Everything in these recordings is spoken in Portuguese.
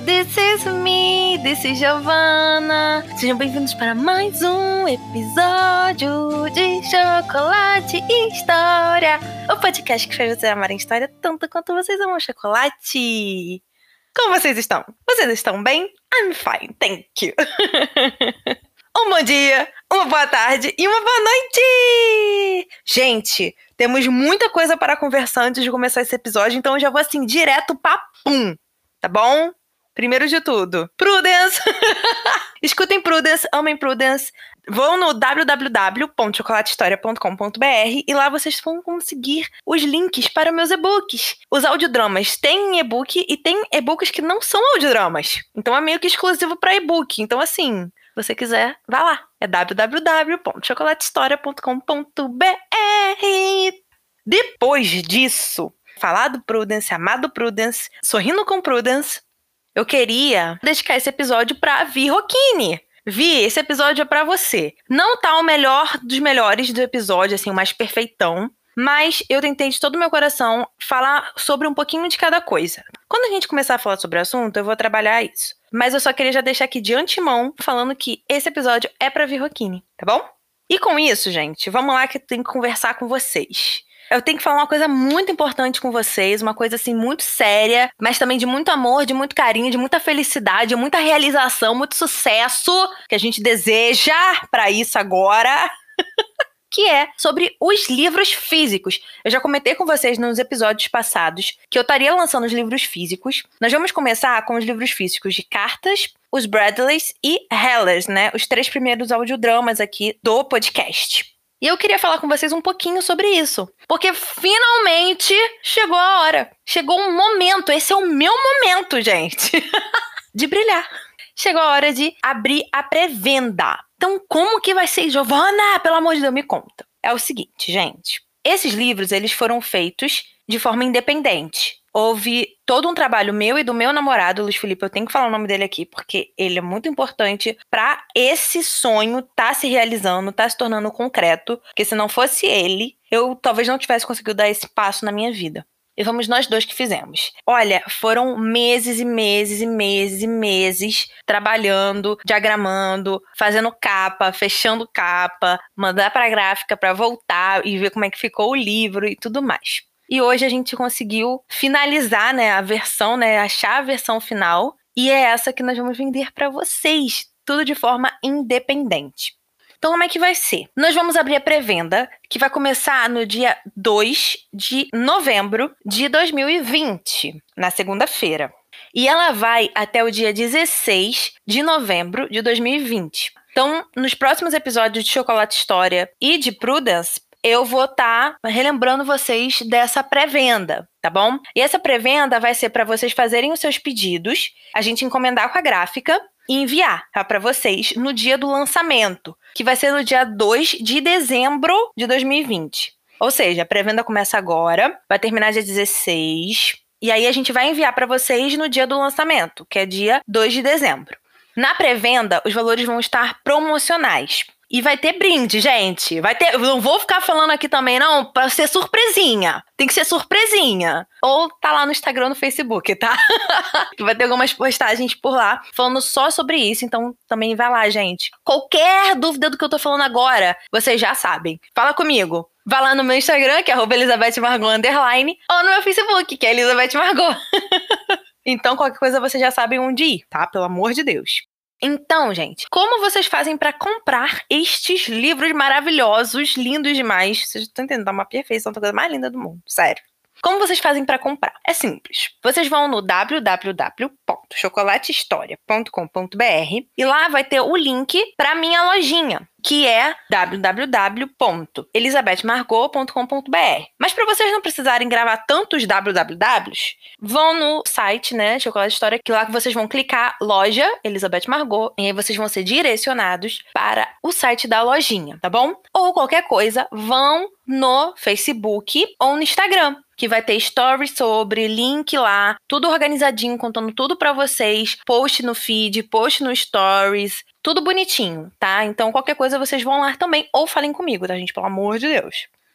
this is me, this is Giovanna. Sejam bem-vindos para mais um episódio de Chocolate e História, o podcast que faz vocês amarem história tanto quanto vocês amam chocolate. Como vocês estão? Vocês estão bem? I'm fine, thank you. Um bom dia, uma boa tarde e uma boa noite! Gente, temos muita coisa para conversar antes de começar esse episódio, então eu já vou assim, direto papum, tá bom? Primeiro de tudo, Prudence! Escutem Prudence, amem Prudence. Vão no www.chocolatehistoria.com.br e lá vocês vão conseguir os links para meus e-books. Os audiodramas têm e-book e tem e-books que não são audiodramas. Então é meio que exclusivo para e-book. Então assim, se você quiser, vá lá. É www.chocolatehistoria.com.br. Depois disso, falar do Prudence, amar do Prudence, sorrindo com Prudence, eu queria dedicar esse episódio pra Vi Rocchini. Vi, esse episódio é pra você. Não tá o melhor dos melhores do episódio, assim, o mais perfeitão, mas eu tentei de todo o meu coração falar sobre um pouquinho de cada coisa. Quando a gente começar a falar sobre o assunto, eu vou trabalhar isso. Mas eu só queria já deixar aqui de antemão, falando que esse episódio é pra Vi Rocchini, tá bom? E com isso, gente, vamos lá que eu tenho que conversar com vocês. Eu tenho que falar uma coisa muito importante com vocês, uma coisa assim muito séria, mas também de muito amor, de muito carinho, de muita felicidade, muita realização, muito sucesso que a gente deseja pra isso agora, que é sobre os livros físicos. Eu já comentei com vocês nos episódios passados que eu estaria lançando os livros físicos. Nós vamos começar com os livros físicos de cartas, os Bradleys e Hellers, né? Os 3 primeiros audiodramas aqui do podcast. E eu queria falar com vocês um pouquinho sobre isso. Porque finalmente chegou a hora. Chegou um momento. Esse é o meu momento, gente. De brilhar. Chegou a hora de abrir a pré-venda. Então, como que vai ser, Giovanna? Pelo amor de Deus, me conta. É o seguinte, gente. Esses livros, eles foram feitos de forma independente. Houve todo um trabalho meu e do meu namorado, Luiz Felipe, eu tenho que falar o nome dele aqui, porque ele é muito importante para esse sonho tá se realizando, tá se tornando concreto, porque se não fosse ele, eu talvez não tivesse conseguido dar esse passo na minha vida. E fomos nós dois que fizemos. Olha, foram meses e meses e meses e meses trabalhando, diagramando, fazendo capa, fechando capa, mandar pra gráfica pra voltar e ver como é que ficou o livro e tudo mais. E hoje a gente conseguiu finalizar, né, a versão, né, achar a versão final. E é essa que nós vamos vender para vocês, tudo de forma independente. Então, como é que vai ser? Nós vamos abrir a pré-venda, que vai começar no dia 2 de novembro de 2020, na segunda-feira. E ela vai até o dia 16 de novembro de 2020. Então, nos próximos episódios de Chocolate História e de Prudence, eu vou estar relembrando vocês dessa pré-venda, tá bom? E essa pré-venda vai ser para vocês fazerem os seus pedidos, a gente encomendar com a gráfica e enviar, tá, para vocês no dia do lançamento, que vai ser no dia 2 de dezembro de 2020. Ou seja, a pré-venda começa agora, vai terminar dia 16, e aí a gente vai enviar para vocês no dia do lançamento, que é dia 2 de dezembro. Na pré-venda, os valores vão estar promocionais. E vai ter brinde, gente. Vai ter. Eu não vou ficar falando aqui também, não, pra ser surpresinha. Tem que ser surpresinha. Ou tá lá no Instagram, no Facebook, tá? Vai ter algumas postagens por lá falando só sobre isso. Então também vai lá, gente. Qualquer dúvida do que eu tô falando agora, vocês já sabem. Fala comigo. Vai lá no meu Instagram, que é @ElizabethMargot_, ou no meu Facebook, que é Elizabeth Margot. Então qualquer coisa vocês já sabem onde ir, tá? Pelo amor de Deus. Então, gente, como vocês fazem para comprar estes livros maravilhosos, lindos demais? Vocês estão entendendo? Tá uma perfeição, tá a coisa mais linda do mundo, sério. Como vocês fazem para comprar? É simples. Vocês vão no www.chocolatehistoria.com.br e lá vai ter o link para minha lojinha, que é www.elizabethmargot.com.br. Mas para vocês não precisarem gravar tantos wwws, vão no site, né, Chocolate História, que lá que vocês vão clicar loja Elizabeth Margot e aí vocês vão ser direcionados para o site da lojinha, tá bom? Ou qualquer coisa, vão no Facebook ou no Instagram, que vai ter stories sobre, link lá, tudo organizadinho, contando tudo pra vocês, post no feed, post no stories, tudo bonitinho, tá? Então qualquer coisa vocês vão lá também, ou falem comigo, tá, gente? Pelo amor de Deus.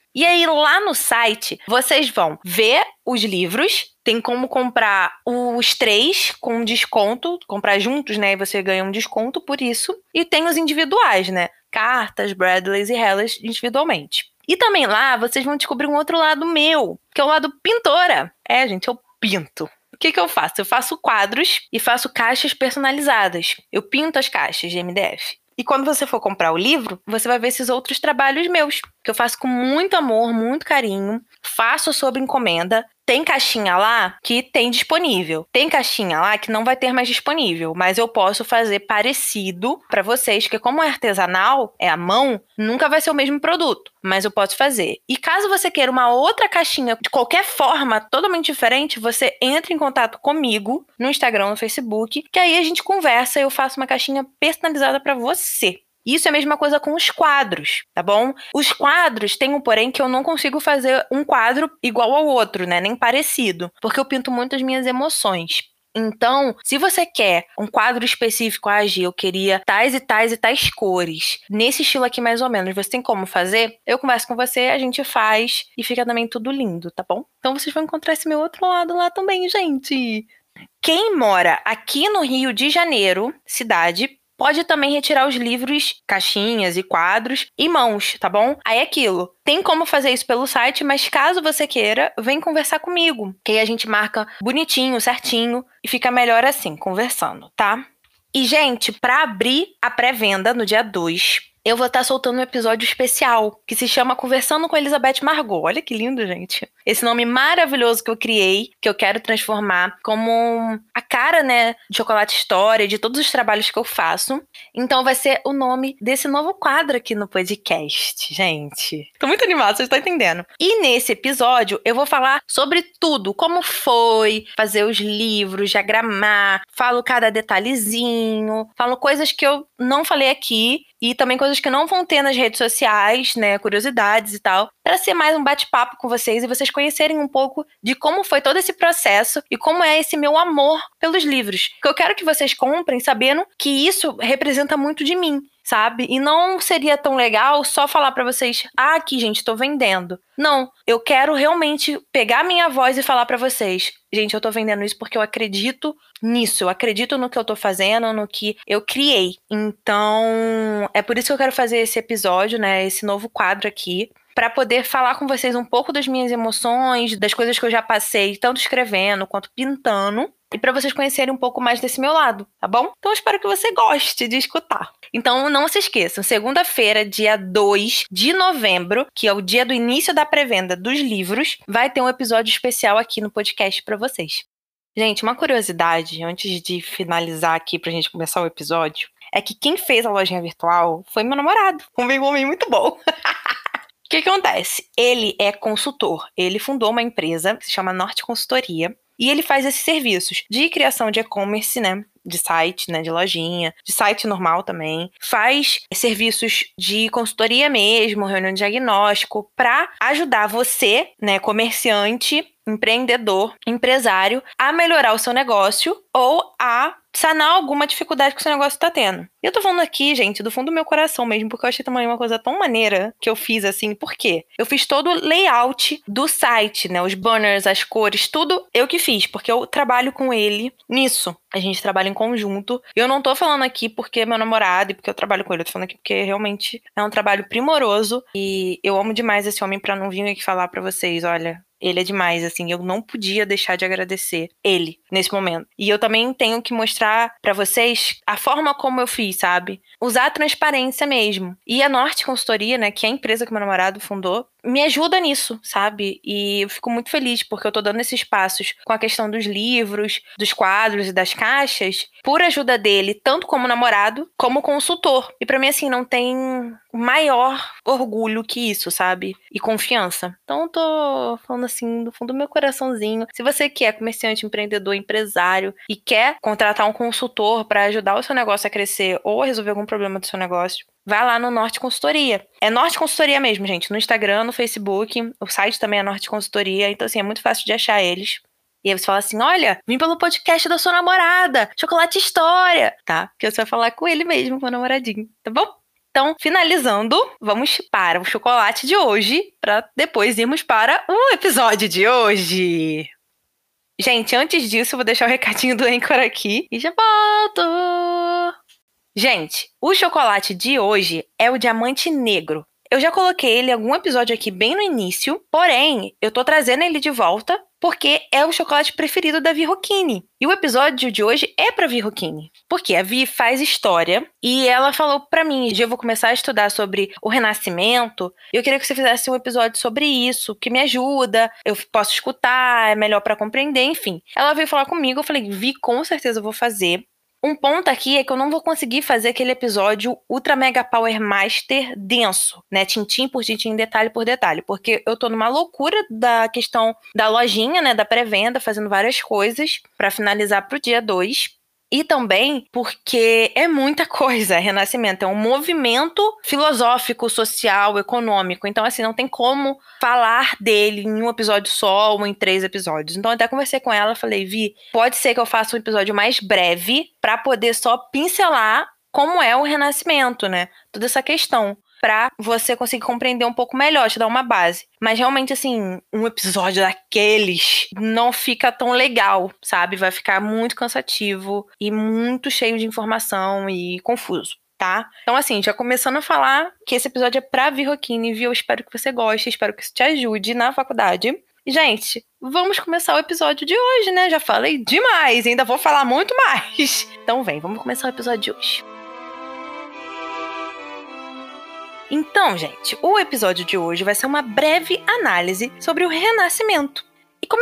E aí, lá no site, vocês vão ver os livros. Tem como comprar os 3 com desconto. Comprar juntos, né? E você ganha um desconto por isso. E tem os individuais, né? Cartas, Bradleys e Hellas individualmente. E também lá, vocês vão descobrir um outro lado meu, que é o lado pintora. Gente, eu pinto. O que eu faço? Eu faço quadros e faço caixas personalizadas. Eu pinto as caixas de MDF. E quando você for comprar o livro, você vai ver esses outros trabalhos meus, que eu faço com muito amor, muito carinho, faço sob encomenda. Tem caixinha lá que tem disponível. Tem caixinha lá que não vai ter mais disponível, mas eu posso fazer parecido para vocês, que como é artesanal, é à mão, nunca vai ser o mesmo produto, mas eu posso fazer. E caso você queira uma outra caixinha de qualquer forma, totalmente diferente, você entra em contato comigo no Instagram, no Facebook, que aí a gente conversa e eu faço uma caixinha personalizada para você. Isso é a mesma coisa com os quadros, tá bom? Os quadros têm um porém que eu não consigo fazer um quadro igual ao outro, né? Nem parecido, porque eu pinto muito as minhas emoções. Então, se você quer um quadro específico, Gi, eu queria tais e tais e tais cores, nesse estilo aqui mais ou menos, você tem como fazer? Eu converso com você, a gente faz e fica também tudo lindo, tá bom? Então vocês vão encontrar esse meu outro lado lá também, gente. Quem mora aqui no Rio de Janeiro, cidade, pode também retirar os livros, caixinhas e quadros em mãos, tá bom? Aí é aquilo. Tem como fazer isso pelo site, mas caso você queira, vem conversar comigo. Que aí a gente marca bonitinho, certinho e fica melhor assim, conversando, tá? E, gente, pra abrir a pré-venda no dia 2, eu vou estar soltando um episódio especial que se chama Conversando com Elizabeth Margot. Olha que lindo, gente. Esse nome maravilhoso que eu criei, que eu quero transformar como a cara, né, de Chocolate História, de todos os trabalhos que eu faço. Então vai ser o nome desse novo quadro aqui no podcast, gente. Tô muito animada, vocês estão entendendo. E nesse episódio eu vou falar sobre tudo, como foi fazer os livros, diagramar, falo cada detalhezinho, falo coisas que eu não falei aqui e também coisas que não vão ter nas redes sociais, né, curiosidades e tal, para ser mais um bate-papo com vocês e vocês conhecerem um pouco de como foi todo esse processo e como é esse meu amor pelos livros. Porque eu quero que vocês comprem sabendo que isso representa muito de mim, sabe? E não seria tão legal só falar pra vocês, aqui, gente, tô vendendo. Não, eu quero realmente pegar minha voz e falar pra vocês, gente, eu tô vendendo isso porque eu acredito nisso, eu acredito no que eu tô fazendo, no que eu criei. Então, é por isso que eu quero fazer esse episódio, né, esse novo quadro aqui, para poder falar com vocês um pouco das minhas emoções, das coisas que eu já passei, tanto escrevendo quanto pintando, e para vocês conhecerem um pouco mais desse meu lado, tá bom? Então eu espero que você goste de escutar. Então não se esqueçam, segunda-feira, dia 2 de novembro, que é o dia do início da pré-venda dos livros, vai ter um episódio especial aqui no podcast para vocês. Gente, uma curiosidade, antes de finalizar aqui pra gente começar o episódio, é que quem fez a lojinha virtual foi meu namorado, um homem muito bom. O que acontece? Ele é consultor. Ele fundou uma empresa que se chama Norte Consultoria. E ele faz esses serviços de criação de e-commerce, né? De site, né? De lojinha. De site normal também. Faz serviços de consultoria mesmo, reunião de diagnóstico, para ajudar você, né? Comerciante, empreendedor, empresário, a melhorar o seu negócio ou a sanar alguma dificuldade que o seu negócio tá tendo. E eu tô falando aqui, gente, do fundo do meu coração mesmo, porque eu achei também uma coisa tão maneira que eu fiz assim. Por quê? Eu fiz todo o layout do site, né? Os banners, as cores, tudo eu que fiz, porque eu trabalho com ele nisso. A gente trabalha em conjunto. Eu não tô falando aqui porque é meu namorado e porque eu trabalho com ele. Eu tô falando aqui porque realmente é um trabalho primoroso e eu amo demais esse homem pra não vir aqui falar pra vocês, olha, ele é demais, assim, eu não podia deixar de agradecer ele nesse momento. E eu também tenho que mostrar pra vocês a forma como eu fiz, sabe? Usar a transparência mesmo. E a Norte Consultoria, né, que é a empresa que meu namorado fundou, me ajuda nisso, sabe? E eu fico muito feliz porque eu tô dando esses passos com a questão dos livros, dos quadros e das caixas, por ajuda dele, tanto como namorado, como consultor. E pra mim, assim, não tem maior orgulho que isso, sabe? E confiança. Então eu tô falando assim, do fundo do meu coraçãozinho. Se você que é comerciante, empreendedor, empresário e quer contratar um consultor pra ajudar o seu negócio a crescer ou a resolver algum problema do seu negócio, vai lá no Norte Consultoria. É Norte Consultoria mesmo, gente. No Instagram, no Facebook. O site também é Norte Consultoria. Então, assim, é muito fácil de achar eles. E aí você fala assim, olha, vim pelo podcast da sua namorada, Chocolate História, tá? Que você vai falar com ele mesmo, com o namoradinho, tá bom? Então, finalizando, vamos para o chocolate de hoje, para depois irmos para o episódio de hoje. Gente, antes disso, eu vou deixar o recadinho do Anchor aqui e já volto! Gente, o chocolate de hoje é o diamante negro. Eu já coloquei ele em algum episódio aqui bem no início, porém, eu tô trazendo ele de volta porque é o chocolate preferido da Vi Rocchini. E o episódio de hoje é pra Vi Rocchini. Porque a Vi faz história e ela falou pra mim, eu vou começar a estudar sobre o Renascimento, e eu queria que você fizesse um episódio sobre isso, que me ajuda, eu posso escutar, é melhor pra compreender, enfim. Ela veio falar comigo, eu falei, Vi, com certeza eu vou fazer. Um ponto aqui é que eu não vou conseguir fazer aquele episódio Ultra Mega Power Master denso, né? Tintim por tintim, detalhe por detalhe. Porque eu tô numa loucura da questão da lojinha, né? Da pré-venda, fazendo várias coisas pra finalizar pro dia 2. E também porque é muita coisa, Renascimento. É um movimento filosófico, social, econômico. Então, assim, não tem como falar dele em um episódio só ou em 3 episódios. Então, eu até conversei com ela, falei, Vi, pode ser que eu faça um episódio mais breve pra poder só pincelar como é o Renascimento, né? Toda essa questão. Pra você conseguir compreender um pouco melhor, te dar uma base. Mas realmente, assim, um episódio daqueles não fica tão legal, sabe? Vai ficar muito cansativo e muito cheio de informação e confuso, tá? Então, assim, já começando a falar que esse episódio é pra Vi Rocchini, viu? Eu espero que você goste, espero que isso te ajude na faculdade. Gente, vamos começar o episódio de hoje, né? Já falei demais, ainda vou falar muito mais. Então, vamos começar o episódio de hoje. Então, gente, o episódio de hoje vai ser uma breve análise sobre o Renascimento. E como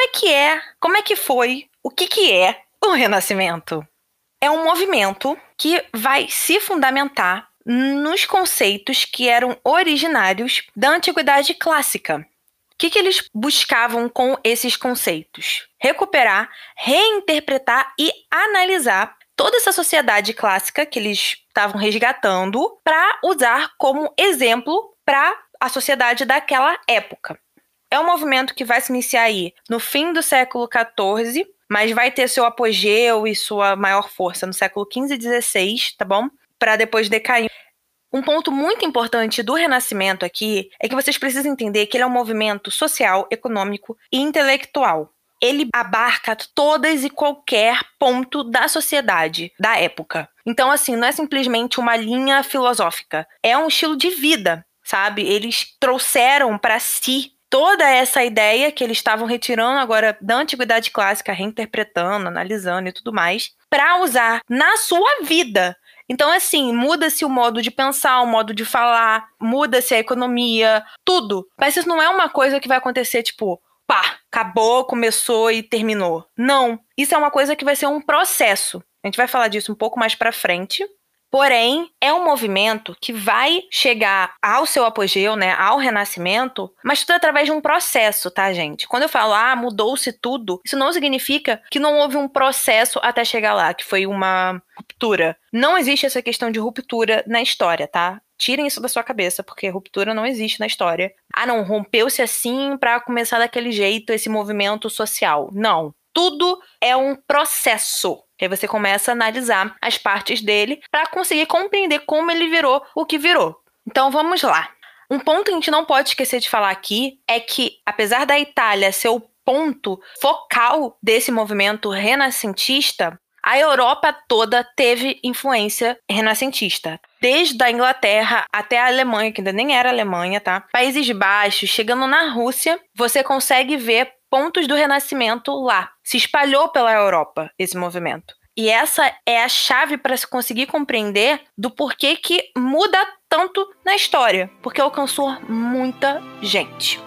é que foi, o que é o Renascimento? É um movimento que vai se fundamentar nos conceitos que eram originários da Antiguidade Clássica. O que eles buscavam com esses conceitos? Recuperar, reinterpretar e analisar toda essa sociedade clássica que eles estavam resgatando para usar como exemplo para a sociedade daquela época. É um movimento que vai se iniciar aí no fim do século XIV, mas vai ter seu apogeu e sua maior força no século XV e XVI, tá bom? Para depois decair. Um ponto muito importante do Renascimento aqui é que vocês precisam entender que ele é um movimento social, econômico e intelectual. Ele abarca todas e qualquer ponto da sociedade da época. Então, assim, não é simplesmente uma linha filosófica. É um estilo de vida, sabe? Eles trouxeram para si toda essa ideia que eles estavam retirando agora da Antiguidade Clássica, reinterpretando, analisando e tudo mais, para usar na sua vida. Então, assim, muda-se o modo de pensar, o modo de falar, muda-se a economia, tudo. Mas isso não é uma coisa que vai acontecer, tipo, pá, acabou, começou e terminou. Não. Isso é uma coisa que vai ser um processo. A gente vai falar disso um pouco mais pra frente. Porém, é um movimento que vai chegar ao seu apogeu, né, ao Renascimento, mas tudo através de um processo, tá, gente? Quando eu falo, mudou-se tudo, isso não significa que não houve um processo até chegar lá, que foi uma ruptura. Não existe essa questão de ruptura na história, tá? Tirem isso da sua cabeça, porque ruptura não existe na história. Não, rompeu-se assim pra começar daquele jeito esse movimento social. Não. Tudo é um processo. Aí você começa a analisar as partes dele para conseguir compreender como ele virou o que virou. Então vamos lá. Um ponto que a gente não pode esquecer de falar aqui é que, apesar da Itália ser o ponto focal desse movimento renascentista, a Europa toda teve influência renascentista. Desde a Inglaterra até a Alemanha, que ainda nem era Alemanha, tá? Países Baixos, chegando na Rússia, você consegue ver pontos do Renascimento lá. Se espalhou pela Europa esse movimento. E essa é a chave para se conseguir compreender do porquê que muda tanto na história. Porque alcançou muita gente.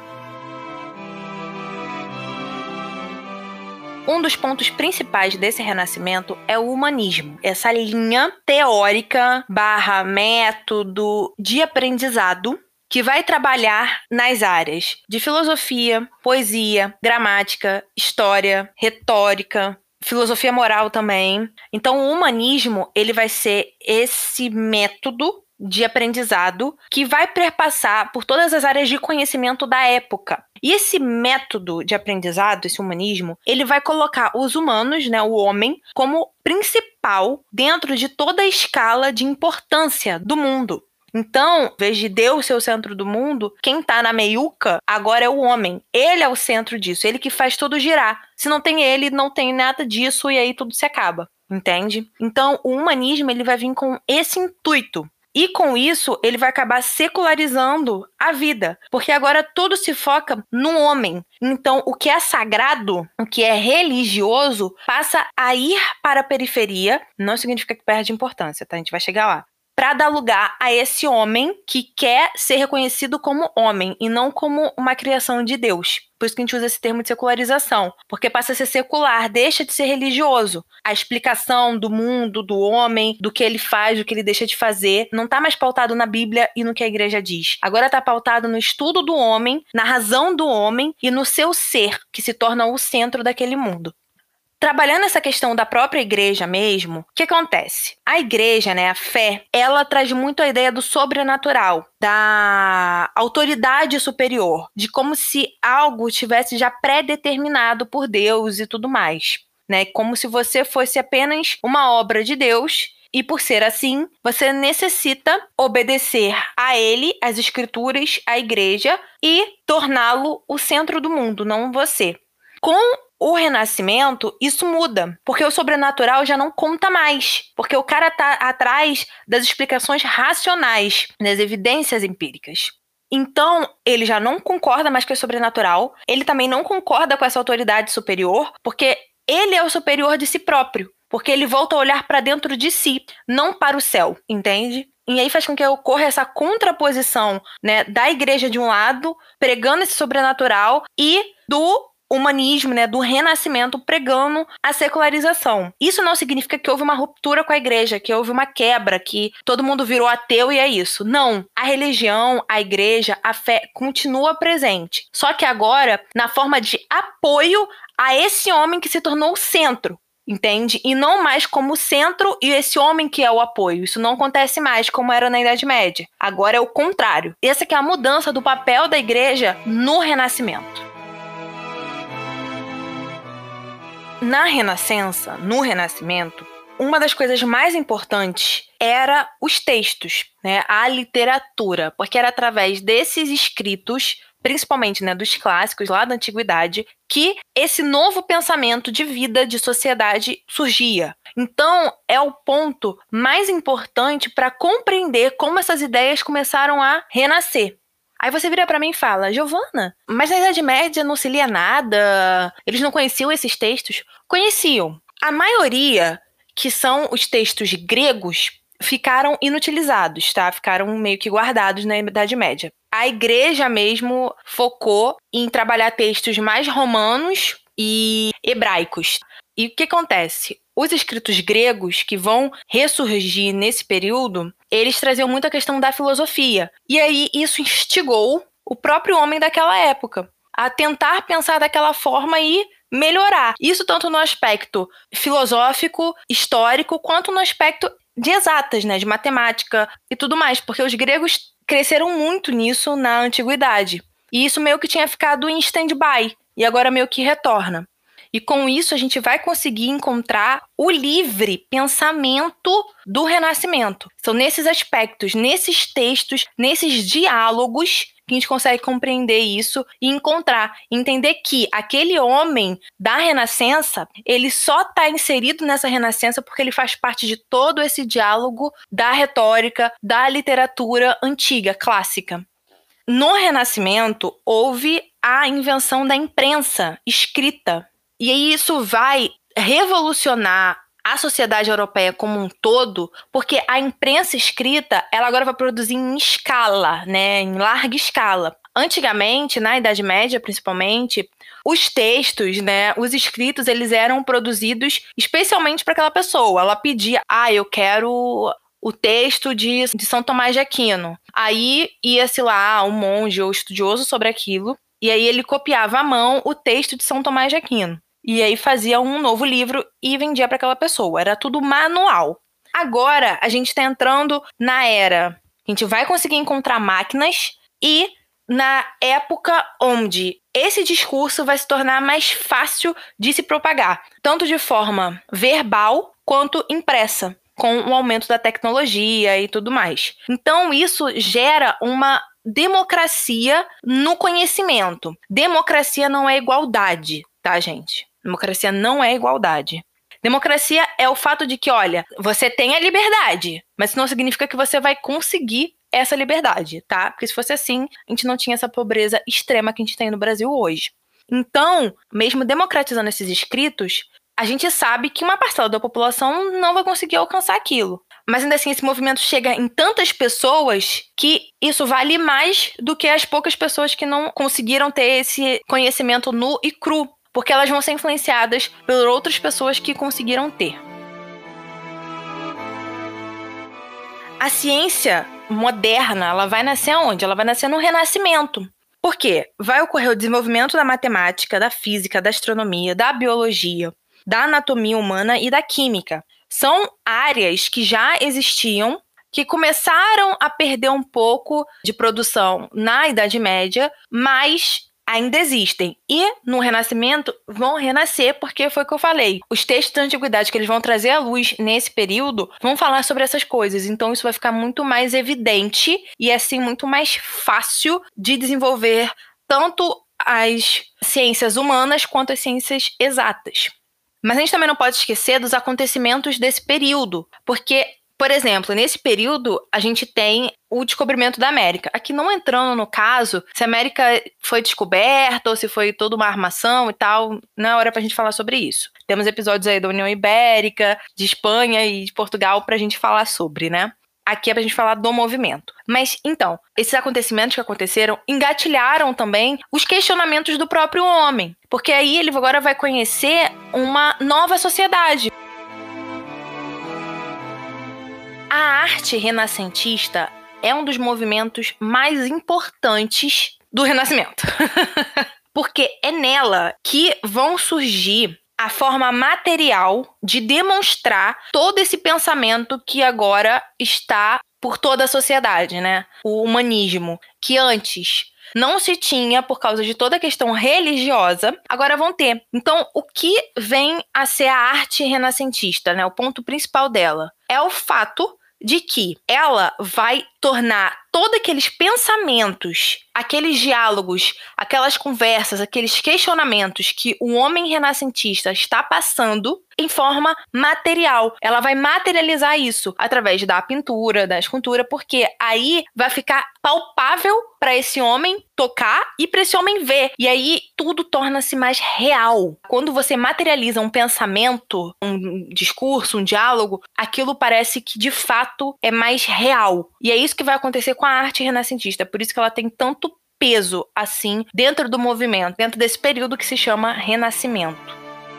Um dos pontos principais desse renascimento é o humanismo. Essa linha teórica / método de aprendizado que vai trabalhar nas áreas de filosofia, poesia, gramática, história, retórica, filosofia moral também. Então, o humanismo, ele vai ser esse método de aprendizado que vai perpassar por todas as áreas de conhecimento da época. E esse método de aprendizado, esse humanismo, ele vai colocar os humanos, né, o homem, como principal dentro de toda a escala de importância do mundo. Então, em vez de Deus ser o centro do mundo, quem tá na meiuca agora é o homem. Ele é o centro disso, ele que faz tudo girar. Se não tem ele, não tem nada disso e aí tudo se acaba, entende? Então, o humanismo ele vai vir com esse intuito. E com isso, ele vai acabar secularizando a vida, porque agora tudo se foca no homem. Então, o que é sagrado, o que é religioso, passa a ir para a periferia. Não significa que perde importância, tá? A gente vai chegar lá. Para dar lugar a esse homem que quer ser reconhecido como homem e não como uma criação de Deus. Por isso que a gente usa esse termo de secularização, porque passa a ser secular, deixa de ser religioso. A explicação do mundo, do homem, do que ele faz, do que ele deixa de fazer, não está mais pautado na Bíblia e no que a igreja diz. Agora está pautado no estudo do homem, na razão do homem e no seu ser, que se torna o centro daquele mundo. Trabalhando essa questão da própria igreja mesmo, o que acontece? A igreja, né, a fé, ela traz muito a ideia do sobrenatural, da autoridade superior, de como se algo tivesse já pré-determinado por Deus e tudo mais, né? Como se você fosse apenas uma obra de Deus. E por ser assim, você necessita obedecer a ele, às escrituras, à igreja e torná-lo o centro do mundo, não você. Com o Renascimento, isso muda, porque o sobrenatural já não conta mais, porque o cara tá atrás das explicações racionais, das evidências empíricas. Então, ele já não concorda mais com o sobrenatural, ele também não concorda com essa autoridade superior, porque ele é o superior de si próprio, porque ele volta a olhar para dentro de si, não para o céu, entende? E aí faz com que ocorra essa contraposição, né, da igreja de um lado, pregando esse sobrenatural, e do humanismo, né, do renascimento, pregando a secularização. Isso não significa que houve uma ruptura com a igreja, que houve uma quebra, que todo mundo virou ateu e é isso. Não. A religião, a igreja, a fé continua presente. Só que agora, na forma de apoio a esse homem que se tornou o centro. Entende? E não mais como centro e esse homem que é o apoio. Isso não acontece mais como era na Idade Média. Agora é o contrário. Essa que é a mudança do papel da igreja no Renascimento. Na Renascença, no Renascimento, uma das coisas mais importantes era os textos, né? A literatura, porque era através desses escritos, principalmente, né, dos clássicos lá da antiguidade, que esse novo pensamento de vida, de sociedade surgia. Então, é o ponto mais importante para compreender como essas ideias começaram a renascer. Aí você vira pra mim e fala, Giovana, mas na Idade Média não se lia nada? Eles não conheciam esses textos? Conheciam. A maioria, que são os textos gregos, ficaram inutilizados, tá? Ficaram meio que guardados na Idade Média. A igreja mesmo focou em trabalhar textos mais romanos e hebraicos. E o que acontece? Os escritos gregos que vão ressurgir nesse período, eles traziam muito a questão da filosofia. E aí isso instigou o próprio homem daquela época a tentar pensar daquela forma e melhorar. Isso tanto no aspecto filosófico, histórico, quanto no aspecto de exatas, né, de matemática e tudo mais, porque os gregos cresceram muito nisso na antiguidade. E isso meio que tinha ficado em stand-by, e agora meio que retorna. E com isso a gente vai conseguir encontrar o livre pensamento do Renascimento. São nesses aspectos, nesses textos, nesses diálogos que a gente consegue compreender isso e entender que aquele homem da Renascença, ele só está inserido nessa Renascença porque ele faz parte de todo esse diálogo da retórica, da literatura antiga, clássica. No Renascimento, houve a invenção da imprensa escrita. E aí isso vai revolucionar a sociedade europeia como um todo, porque a imprensa escrita, ela agora vai produzir em escala, né, em larga escala. Antigamente, na Idade Média principalmente, os textos, né, os escritos, eles eram produzidos especialmente para aquela pessoa. Ela pedia, eu quero o texto de São Tomás de Aquino. Aí ia-se lá um monge ou estudioso sobre aquilo, e aí ele copiava à mão o texto de São Tomás de Aquino. E aí fazia um novo livro e vendia para aquela pessoa. Era tudo manual. Agora, a gente está entrando na era. A gente vai conseguir encontrar máquinas e na época onde esse discurso vai se tornar mais fácil de se propagar. Tanto de forma verbal quanto impressa. com o aumento da tecnologia e tudo mais. Então, isso gera uma democracia no conhecimento. Democracia não é igualdade, tá, gente? Democracia não é igualdade. Democracia é o fato de que, olha, você tem a liberdade, mas isso não significa que você vai conseguir essa liberdade, tá? Porque se fosse assim, a gente não tinha essa pobreza extrema que a gente tem no Brasil hoje. Então, mesmo democratizando esses escritos, a gente sabe que uma parcela da população não vai conseguir alcançar aquilo. Mas ainda assim, esse movimento chega em tantas pessoas que isso vale mais do que as poucas pessoas que não conseguiram ter esse conhecimento nu e cru, porque elas vão ser influenciadas por outras pessoas que conseguiram ter. A ciência moderna, ela vai nascer onde? Ela vai nascer no Renascimento. Por quê? Vai ocorrer o desenvolvimento da matemática, da física, da astronomia, da biologia, da anatomia humana e da química. São áreas que já existiam, que começaram a perder um pouco de produção na Idade Média, mas ainda existem. E no Renascimento vão renascer, porque foi o que eu falei. Os textos da antiguidade que eles vão trazer à luz nesse período vão falar sobre essas coisas. Então isso vai ficar muito mais evidente e assim muito mais fácil de desenvolver tanto as ciências humanas quanto as ciências exatas. Mas a gente também não pode esquecer dos acontecimentos desse período, porque, por exemplo, nesse período a gente tem o descobrimento da América. Aqui não entrando no caso se a América foi descoberta ou se foi toda uma armação e tal, não é hora pra gente falar sobre isso. Temos episódios aí da União Ibérica, de Espanha e de Portugal pra gente falar sobre, né? Aqui é pra gente falar do movimento. Mas, então, esses acontecimentos que aconteceram engatilharam também os questionamentos do próprio homem. Porque aí ele agora vai conhecer uma nova sociedade. A arte renascentista é um dos movimentos mais importantes do Renascimento. Porque é nela que vão surgir a forma material de demonstrar todo esse pensamento que agora está por toda a sociedade, né? O humanismo, que antes não se tinha por causa de toda a questão religiosa, agora vão ter. Então, o que vem a ser a arte renascentista, né? O ponto principal dela é o fato de que ela vai tornar todos aqueles pensamentos, aqueles diálogos, aquelas conversas, aqueles questionamentos que o homem renascentista está passando em forma material. Ela vai materializar isso através da pintura, da escultura, porque aí vai ficar palpável para esse homem tocar e para esse homem ver. E aí tudo torna-se mais real. Quando você materializa um pensamento, um discurso, um diálogo, aquilo parece que de fato é mais real. E é isso que vai acontecer com a arte renascentista. Por isso que ela tem tanto peso assim dentro do movimento, dentro desse período que se chama Renascimento.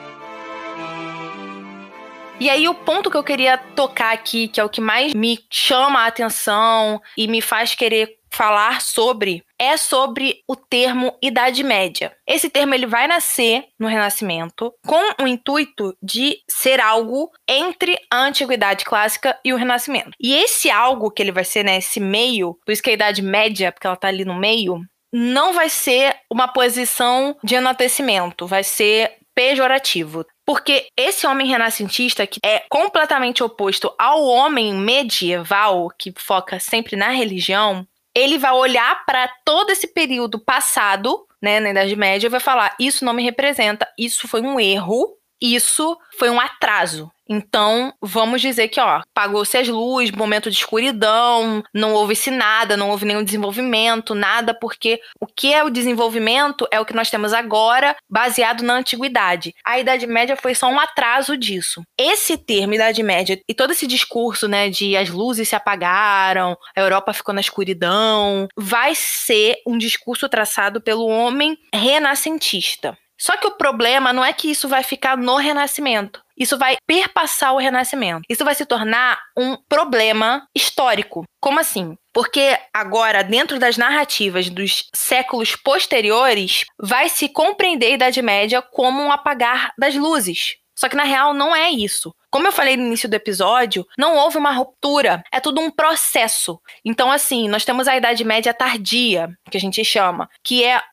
E aí o ponto que eu queria tocar aqui, que é o que mais me chama a atenção e me faz querer falar sobre, é sobre o termo Idade Média. Esse termo ele vai nascer no Renascimento com o intuito de ser algo entre a Antiguidade Clássica e o Renascimento. E esse algo que ele vai ser, né, esse meio, por isso que é a Idade Média, porque ela tá ali no meio, não vai ser uma posição de enaltecimento, vai ser pejorativo. Porque esse homem renascentista, que é completamente oposto ao homem medieval, que foca sempre na religião, ele vai olhar para todo esse período passado, né, na Idade Média, e vai falar, isso não me representa, isso foi um erro, isso foi um atraso. Então, vamos dizer que, apagou-se as luzes, momento de escuridão, não houve-se nada, não houve nenhum desenvolvimento, nada, porque o que é o desenvolvimento é o que nós temos agora, baseado na antiguidade. A Idade Média foi só um atraso disso. Esse termo, Idade Média, e todo esse discurso, né, de as luzes se apagaram, a Europa ficou na escuridão, vai ser um discurso traçado pelo homem renascentista. Só que o problema não é que isso vai ficar no Renascimento. Isso vai perpassar o Renascimento. Isso vai se tornar um problema histórico. Como assim? Porque agora, dentro das narrativas dos séculos posteriores, vai se compreender a Idade Média como um apagar das luzes. Só que, na real, não é isso. Como eu falei no início do episódio, não houve uma ruptura. É tudo um processo. Então, assim, nós temos a Idade Média tardia, que a gente chama, que é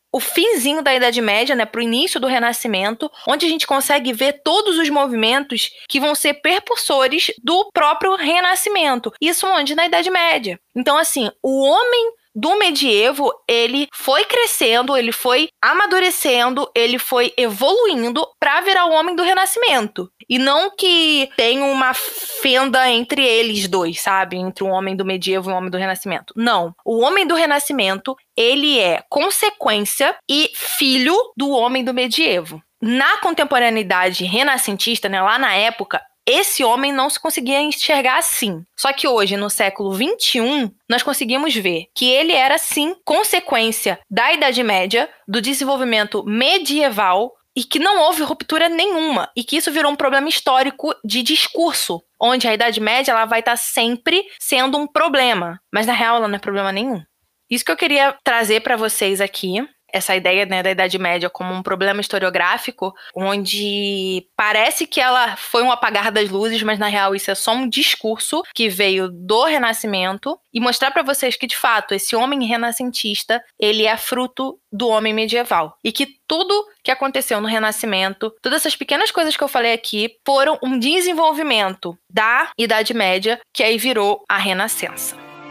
o finzinho da Idade Média, né, pro início do Renascimento, onde a gente consegue ver todos os movimentos que vão ser percursores do próprio Renascimento. Isso onde? Na Idade Média. Então, assim, o homem do medievo, ele foi crescendo, ele foi amadurecendo, ele foi evoluindo para virar o homem do Renascimento. E não que tenha uma fenda entre eles dois, sabe? Entre o homem do medievo e o homem do Renascimento. Não. O homem do Renascimento, ele é consequência e filho do homem do medievo. Na contemporaneidade renascentista, né, lá na época, esse homem não se conseguia enxergar assim. Só que hoje, no século XXI, nós conseguimos ver que ele era, sim, consequência da Idade Média, do desenvolvimento medieval, e que não houve ruptura nenhuma. E que isso virou um problema histórico de discurso, onde a Idade Média ela vai estar sempre sendo um problema. Mas, na real, ela não é problema nenhum. Isso que eu queria trazer para vocês aqui. Essa ideia, né, da Idade Média como um problema historiográfico, onde parece que ela foi um apagar das luzes, mas na real isso é só um discurso que veio do Renascimento, e mostrar para vocês que, de fato, esse homem renascentista, ele é fruto do homem medieval. E que tudo que aconteceu no Renascimento, todas essas pequenas coisas que eu falei aqui, foram um desenvolvimento da Idade Média, que aí virou a Renascença.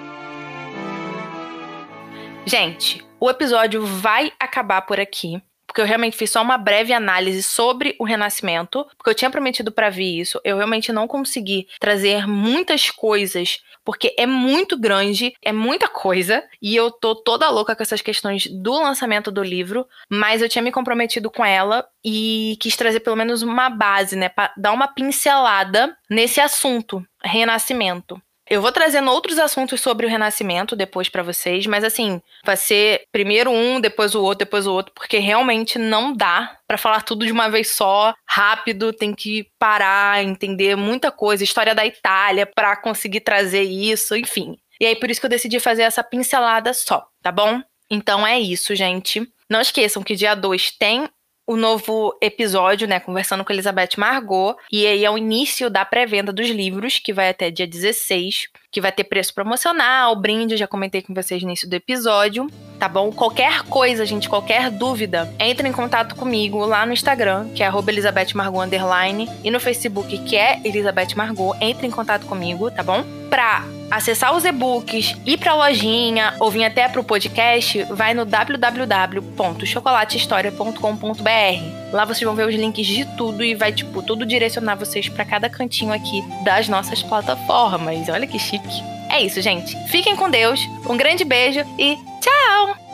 Gente, o episódio vai acabar por aqui, porque eu realmente fiz só uma breve análise sobre o Renascimento, porque eu tinha prometido pra vir isso, eu realmente não consegui trazer muitas coisas, porque é muito grande, é muita coisa, e eu tô toda louca com essas questões do lançamento do livro, mas eu tinha me comprometido com ela e quis trazer pelo menos uma base, né, pra dar uma pincelada nesse assunto, Renascimento. Eu vou trazendo outros assuntos sobre o Renascimento depois pra vocês, mas assim, vai ser primeiro um, depois o outro, porque realmente não dá pra falar tudo de uma vez só, rápido, tem que parar, entender muita coisa, história da Itália pra conseguir trazer isso, enfim. E aí por isso que eu decidi fazer essa pincelada só, tá bom? Então é isso, gente. Não esqueçam que dia 2 tem o novo episódio, né, conversando com Elizabeth Margot, e aí é o início da pré-venda dos livros, que vai até dia 16, que vai ter preço promocional, brinde, eu já comentei com vocês no início do episódio, tá bom? Qualquer coisa, gente, qualquer dúvida, entre em contato comigo lá no Instagram, que é @ElizabethMargot_, e no Facebook, que é Elizabeth Margot, entre em contato comigo, tá bom? Pra acessar os e-books, ir pra lojinha ou vir até pro podcast, vai no www.chocolatehistoria.com.br. Lá vocês vão ver os links de tudo e vai, tipo, tudo direcionar vocês pra cada cantinho aqui das nossas plataformas. Olha que chique. É isso, gente. Fiquem com Deus, um grande beijo e tchau!